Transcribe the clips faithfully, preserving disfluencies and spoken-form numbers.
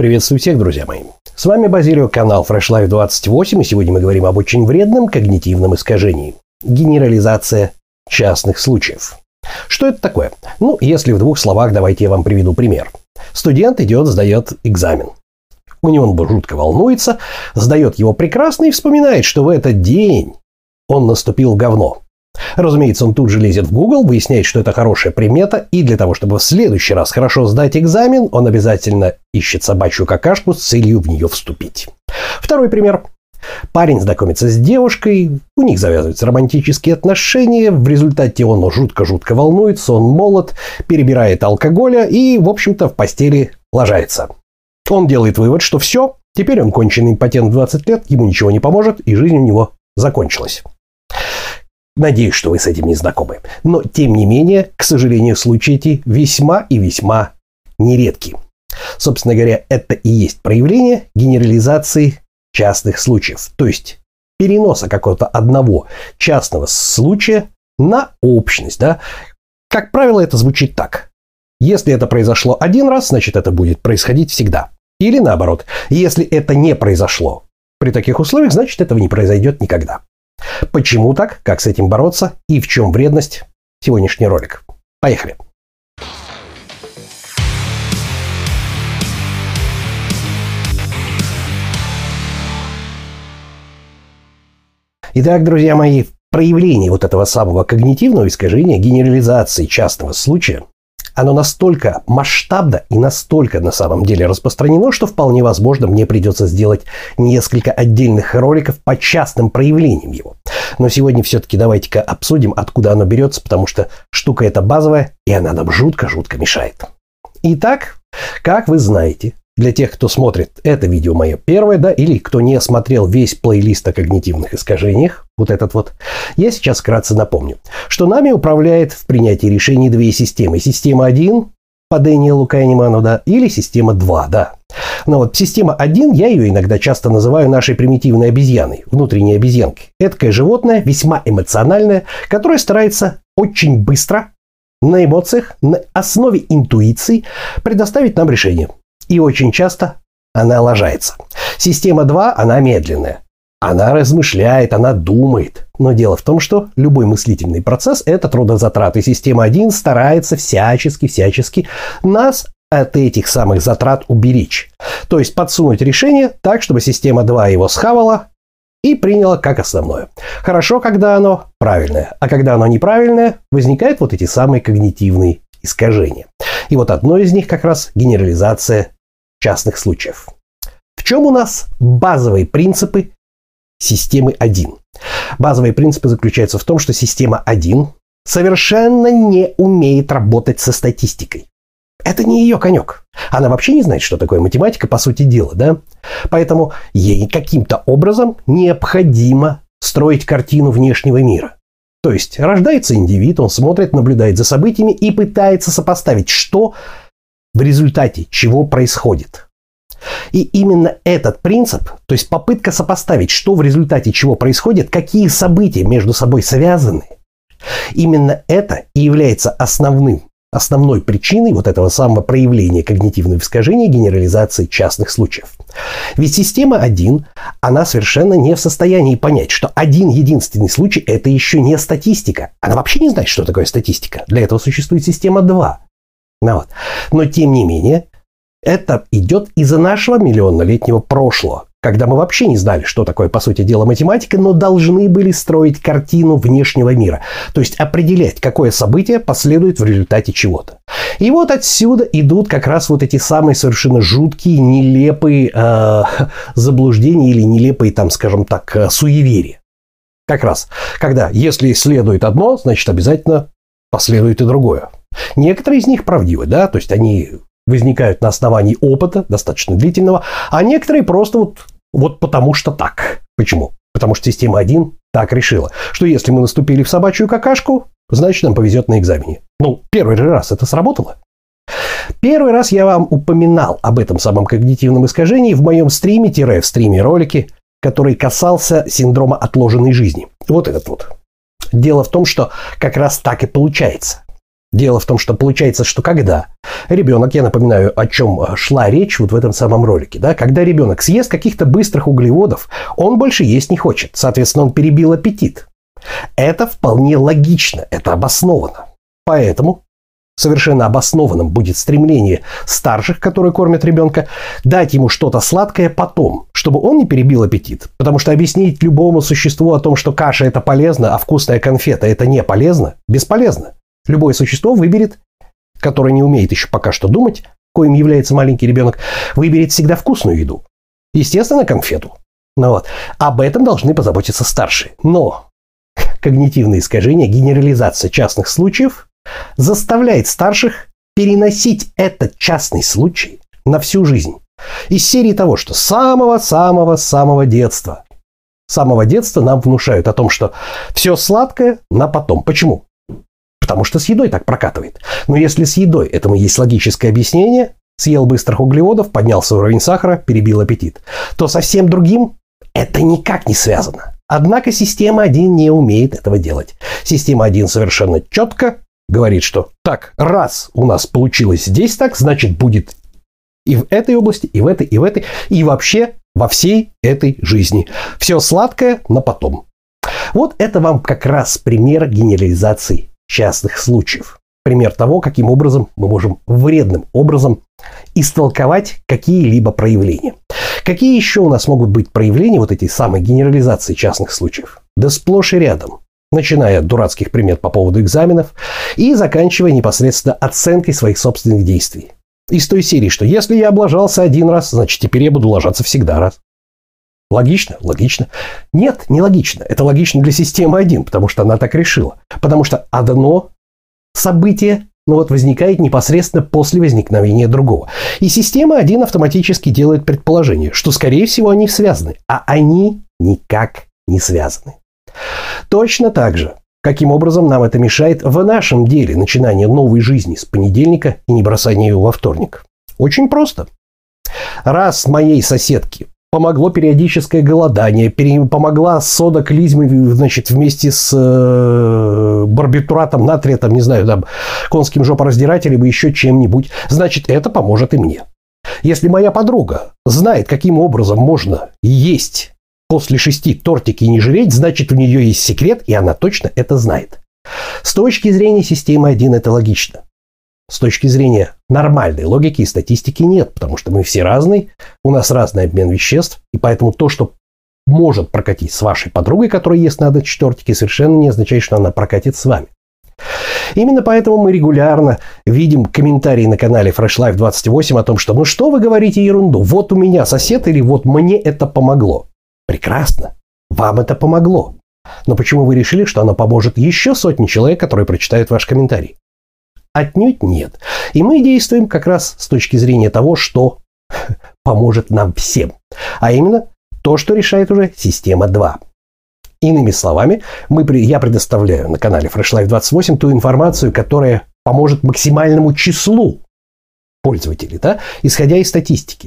Приветствую всех, друзья мои. С вами Базилио, канал Fresh Life двадцать восемь, и сегодня мы говорим об очень вредном когнитивном искажении – генерализация частных случаев. Что это такое? Ну, если в двух словах, давайте я вам приведу пример. Студент идет, сдает экзамен. У него он жутко волнуется, сдает его прекрасно и вспоминает, что в этот день он наступил в говно. Разумеется, он тут же лезет в Google, выясняет, что это хорошая примета, и для того, чтобы в следующий раз хорошо сдать экзамен, он обязательно ищет собачью какашку с целью в нее вступить. Второй пример. Парень знакомится с девушкой, у них завязываются романтические отношения, в результате он жутко-жутко волнуется, он молод, перебирает алкоголя и, в общем-то, в постели ложается. Он делает вывод, что все, теперь он конченый импотент в двадцать лет, ему ничего не поможет, и жизнь у него закончилась. Надеюсь, что вы с этим не знакомы. Но, тем не менее, к сожалению, случаи эти весьма и весьма нередки. Собственно говоря, это и есть проявление генерализации частных случаев. То есть переноса какого-то одного частного случая на общность. Да? Как правило, это звучит так. Если это произошло один раз, значит, это будет происходить всегда. Или наоборот, если это не произошло при таких условиях, значит, этого не произойдет никогда. Почему так, как с этим бороться и в чем вредность? Сегодняшний ролик. Поехали! Итак, друзья мои, проявление вот этого самого когнитивного искажения, генерализации частного случая, оно настолько масштабно и настолько на самом деле распространено, что вполне возможно мне придется сделать несколько отдельных роликов по частным проявлениям его. Но сегодня все-таки давайте-ка обсудим, откуда оно берется, потому что штука эта базовая, и она нам жутко-жутко мешает. Итак, как вы знаете, для тех, кто смотрит это видео мое первое, да, или кто не смотрел весь плейлист о когнитивных искажениях, вот этот вот, я сейчас вкратце напомню, что нами управляет в принятии решений две системы. Система один по Дэниелу Кайнеману, да, или система два, да. Но вот система один, я ее иногда часто называю нашей примитивной обезьяной, внутренней обезьянкой. Эдакое животное, весьма эмоциональное, которое старается очень быстро, на эмоциях, на основе интуиции предоставить нам решение. И очень часто она лажается. Система два, она медленная. Она размышляет, она думает. Но дело в том, что любой мыслительный процесс – это трудозатрат. И система один старается всячески-всячески нас от этих самых затрат уберечь. То есть подсунуть решение так, чтобы система два его схавала и приняла как основное. Хорошо, когда оно правильное. А когда оно неправильное, возникают вот эти самые когнитивные искажения. И вот одно из них как раз генерализация частных случаев. В чем у нас базовые принципы системы один? Базовые принципы заключаются в том, что система один совершенно не умеет работать со статистикой. Это не ее конек. Она вообще не знает, что такое математика, по сути дела, да? Поэтому ей каким-то образом необходимо строить картину внешнего мира. То есть рождается индивид, он смотрит, наблюдает за событиями и пытается сопоставить, что в результате чего происходит. И именно этот принцип, то есть попытка сопоставить, что в результате чего происходит, какие события между собой связаны, именно это и является основным, основной причиной вот этого самого проявления когнитивного искажения генерализации частных случаев. Ведь система один, она совершенно не в состоянии понять, что один единственный случай – это еще не статистика. Она вообще не знает, что такое статистика. Для этого существует система два. Ну вот. Но тем не менее, это идет из-за нашего миллионнолетнего прошлого, когда мы вообще не знали, что такое, по сути дела, математика, но должны были строить картину внешнего мира. То есть определять, какое событие последует в результате чего-то. И вот отсюда идут как раз вот эти самые совершенно жуткие, нелепые э, заблуждения или нелепые, там, скажем так, э, суеверия. Как раз, когда если следует одно, значит обязательно последует и другое. Некоторые из них правдивы, да, то есть они возникают на основании опыта, достаточно длительного, а некоторые просто вот, вот потому что так. Почему? Потому что система один так решила, что если мы наступили в собачью какашку, значит нам повезет на экзамене. Ну, первый раз это сработало. Первый раз я вам упоминал об этом самом когнитивном искажении в моем стриме-в стриме-ролике, который касался синдрома отложенной жизни. Вот этот вот. Дело в том, что как раз так и получается. Дело в том, что получается, что когда ребенок, я напоминаю, о чем шла речь вот в этом самом ролике, да, когда ребенок съест каких-то быстрых углеводов, он больше есть не хочет, соответственно, он перебил аппетит. Это вполне логично, это обосновано. Поэтому совершенно обоснованным будет стремление старших, которые кормят ребенка, дать ему что-то сладкое потом, чтобы он не перебил аппетит. Потому что объяснить любому существу о том, что каша – это полезно, а вкусная конфета – это не полезно, бесполезно. Любое существо выберет, которое не умеет еще пока что думать, коим является маленький ребенок, выберет всегда вкусную еду. Естественно, конфету. Ну вот. Об этом должны позаботиться старшие. Но когнитивные искажения, генерализация частных случаев заставляет старших переносить этот частный случай на всю жизнь. Из серии того, что с самого-самого-самого детства. С самого детства нам внушают о том, что все сладкое на потом. Почему? Потому что с едой так прокатывает. Но если с едой этому есть логическое объяснение, съел быстрых углеводов, поднялся уровень сахара, перебил аппетит, то со всем другим это никак не связано. Однако система один не умеет этого делать. Система один совершенно четко говорит, что так, раз у нас получилось здесь так, значит будет и в этой области, и в этой, и в этой, и вообще во всей этой жизни. Все сладкое на потом. Вот это вам как раз пример генерализации частных случаев. Пример того, каким образом мы можем вредным образом истолковать какие-либо проявления. Какие еще у нас могут быть проявления вот этой самой генерализации частных случаев? Да сплошь и рядом. Начиная от дурацких примет по поводу экзаменов и заканчивая непосредственно оценкой своих собственных действий. Из той серии, что если я облажался один раз, значит теперь я буду ложаться всегда раз. Логично? Логично. Нет, не логично. Это логично для системы один, потому что она так решила. Потому что одно событие ну вот, возникает непосредственно после возникновения другого. И система один автоматически делает предположение, что, скорее всего, они связаны, а они никак не связаны. Точно так же, каким образом нам это мешает в нашем деле начинания новой жизни с понедельника и не бросания ее во вторник. Очень просто. Раз моей соседке помогло периодическое голодание, пере... помогла сода клизмы, значит, вместе с э, барбитуратом натрия, там, не знаю, там, конским жопораздирателем или еще чем-нибудь, значит, это поможет и мне. Если моя подруга знает, каким образом можно есть после шести тортики и не жреть, значит, у нее есть секрет, и она точно это знает. С точки зрения системы один это логично. С точки зрения нормальной логики и статистики нет, потому что мы все разные, у нас разный обмен веществ, и поэтому то, что может прокатить с вашей подругой, которая ест на дочь тортики, совершенно не означает, что она прокатит с вами. Именно поэтому мы регулярно видим комментарии на канале Fresh Life двадцать восемь о том, что ну что вы говорите ерунду, вот у меня сосед или вот мне это помогло. Прекрасно, вам это помогло. Но почему вы решили, что оно поможет еще сотни человек, которые прочитают ваш комментарий? Отнюдь нет. И мы действуем как раз с точки зрения того, что поможет нам всем. А именно то, что решает уже система два. Иными словами, мы, я предоставляю на канале Fresh Life двадцать восемь ту информацию, которая поможет максимальному числу пользователей, да, исходя из статистики.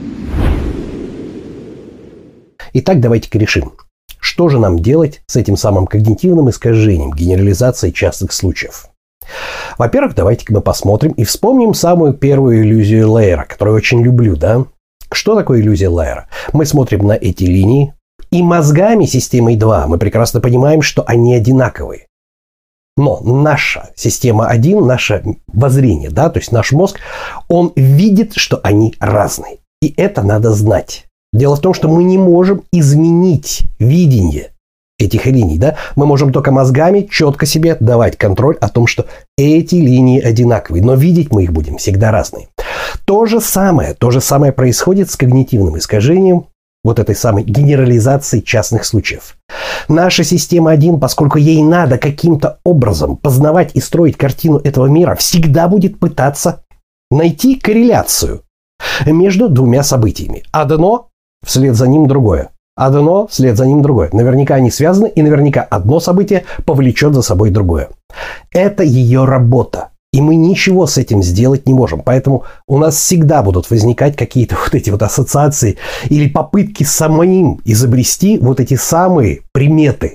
Итак, давайте-ка решим, что же нам делать с этим самым когнитивным искажением, генерализацией частных случаев. Во-первых, давайте-ка мы посмотрим и вспомним самую первую иллюзию Лейера, которую я очень люблю, да? Что такое иллюзия Лейера? Мы смотрим на эти линии, и мозгами системы два мы прекрасно понимаем, что они одинаковые. Но наша система один, наше воззрение, да, то есть наш мозг, он видит, что они разные. И это надо знать. Дело в том, что мы не можем изменить видение этих линий, да, мы можем только мозгами четко себе давать контроль о том, что эти линии одинаковые, но видеть мы их будем всегда разные. То же самое, то же самое происходит с когнитивным искажением, вот этой самой генерализацией частных случаев. Наша система один, поскольку ей надо каким-то образом познавать и строить картину этого мира, всегда будет пытаться найти корреляцию между двумя событиями. Одно вслед за ним другое. Одно вслед за ним другое. Наверняка они связаны, и наверняка одно событие повлечет за собой другое. Это ее работа. И мы ничего с этим сделать не можем. Поэтому у нас всегда будут возникать какие-то вот эти вот ассоциации или попытки самим изобрести вот эти самые приметы,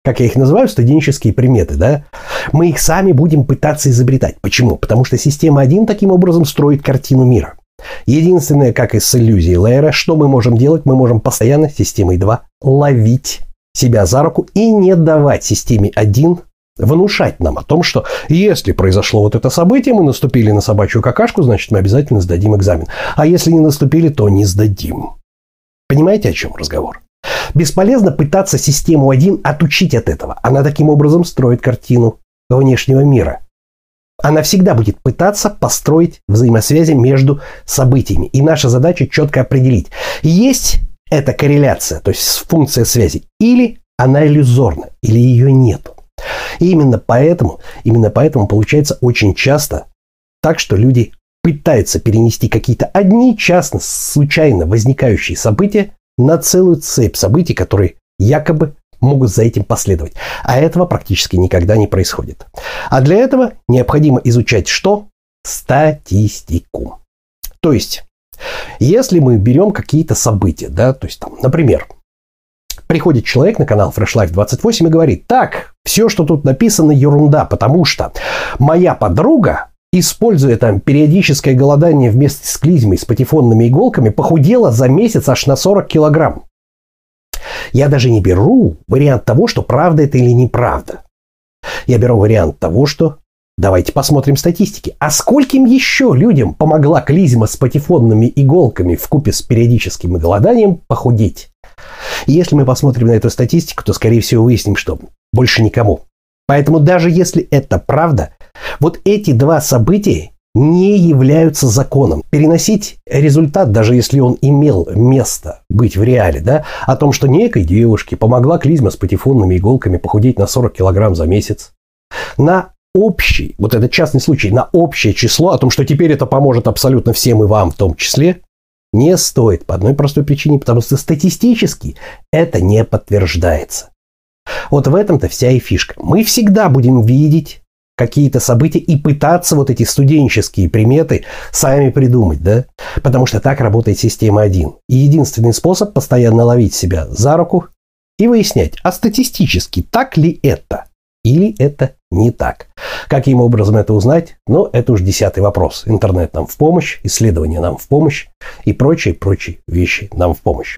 как я их называю, студенческие приметы, да, мы их сами будем пытаться изобретать. Почему? Потому что система один таким образом строит картину мира. Единственное, как и с иллюзией Лейера, что мы можем делать, мы можем постоянно системой два ловить себя за руку и не давать системе один внушать нам о том, что если произошло вот это событие, мы наступили на собачью какашку, значит, мы обязательно сдадим экзамен. А если не наступили, то не сдадим. Понимаете, о чем разговор? Бесполезно пытаться систему один отучить от этого. Она таким образом строит картину внешнего мира. Она всегда будет пытаться построить взаимосвязи между событиями. И наша задача четко определить, есть эта корреляция, то есть функция связи, или она иллюзорна, или ее нету. И именно поэтому, именно поэтому получается очень часто так, что люди пытаются перенести какие-то одни частно, случайно возникающие события на целую цепь событий, которые якобы могут за этим последовать. А этого практически никогда не происходит. А для этого необходимо изучать что? Статистику. То есть, если мы берем какие-то события, да, то есть, там, например, приходит человек на канал Fresh Life двадцать восемь и говорит: так, все, что тут написано, ерунда, потому что моя подруга, используя там периодическое голодание вместе с клизмой, с патефонными иголками, похудела за месяц аж на сорок килограмм. Я даже не беру вариант того, что правда это или неправда. Я беру вариант того, что давайте посмотрим статистики. А скольким еще людям помогла клизма с патефонными иголками вкупе с периодическим голоданием похудеть? И если мы посмотрим на эту статистику, то, скорее всего, выясним, что больше никому. Поэтому даже если это правда, вот эти два события не являются законом. Переносить результат, даже если он имел место быть в реале, да, о том, что некой девушке помогла клизма с патефонными иголками похудеть на сорок килограмм за месяц, на общий, вот этот частный случай, на общее число, о том, что теперь это поможет абсолютно всем и вам в том числе, не стоит по одной простой причине, потому что статистически это не подтверждается. Вот в этом-то вся и фишка. Мы всегда будем видеть какие-то события и пытаться вот эти студенческие приметы сами придумать, да? Потому что так работает система один. И единственный способ постоянно ловить себя за руку и выяснять, а статистически так ли это? Или это не так? Каким образом это узнать? Ну, это уж десятый вопрос. Интернет нам в помощь, исследования нам в помощь и прочие-прочие вещи нам в помощь.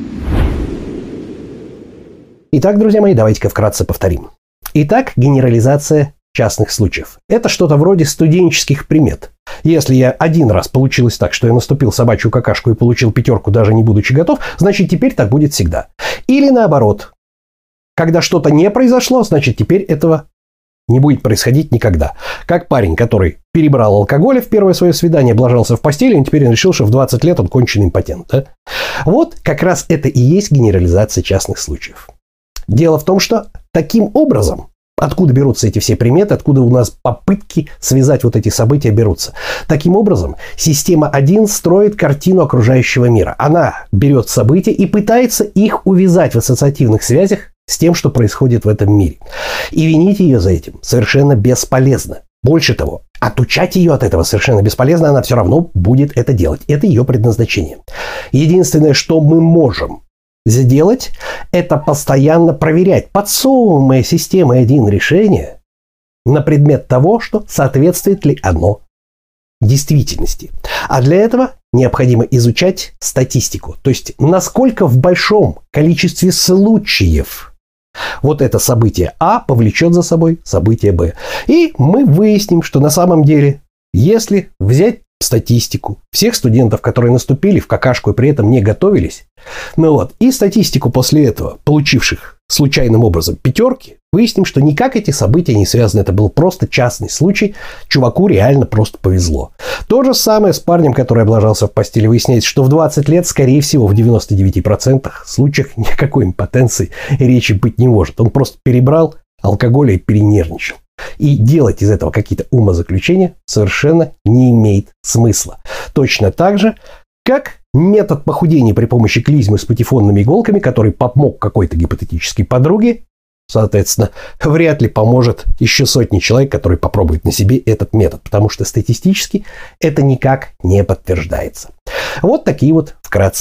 Итак, друзья мои, давайте-ка вкратце повторим. Итак, генерализация частных случаев. Это что-то вроде студенческих примет. Если я один раз получилось так, что я наступил в собачью какашку и получил пятерку, даже не будучи готов, значит, теперь так будет всегда. Или наоборот. Когда что-то не произошло, значит, теперь этого не будет происходить никогда. Как парень, который перебрал алкоголя в первое свое свидание, облажался в постели, и теперь он решил, что в двадцать лет он конченый импотент. Да? Вот как раз это и есть генерализация частных случаев. Дело в том, что таким образом, откуда берутся эти все приметы, откуда у нас попытки связать вот эти события берутся. Таким образом, система один строит картину окружающего мира. Она берет события и пытается их увязать в ассоциативных связях с тем, что происходит в этом мире. И винить ее за этим совершенно бесполезно. Больше того, отучать ее от этого совершенно бесполезно, она все равно будет это делать. Это ее предназначение. Единственное, что мы можем сделать, это постоянно проверять подсовываемое системой один решение на предмет того, что соответствует ли оно действительности. А для этого необходимо изучать статистику. То есть, насколько в большом количестве случаев вот это событие А повлечет за собой событие Б. И мы выясним, что на самом деле, если взять статистику всех студентов, которые наступили в какашку и при этом не готовились, ну вот, и статистику после этого, получивших случайным образом пятерки, выясним, что никак эти события не связаны. Это был просто частный случай. Чуваку реально просто повезло. То же самое с парнем, который облажался в постели. Выясняется, что в двадцать лет, скорее всего, в девяноста девяти процентах случаев никакой импотенции речи быть не может. Он просто перебрал алкоголя и перенервничал. И делать из этого какие-то умозаключения совершенно не имеет смысла. Точно так же, как метод похудения при помощи клизмы с патефонными иголками, который помог какой-то гипотетической подруге, соответственно, вряд ли поможет еще сотни человек, которые попробуют на себе этот метод, потому что статистически это никак не подтверждается. Вот такие вот вкратце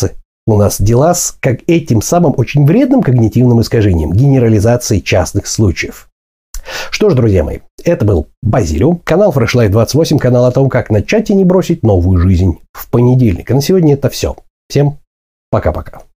у нас дела с как этим самым очень вредным когнитивным искажением – генерализацией частных случаев. Что ж, друзья мои, это был Базилио, канал Fresh Life двадцать восемь, канал о том, как начать и не бросить новую жизнь в понедельник. А на сегодня это все. Всем пока-пока.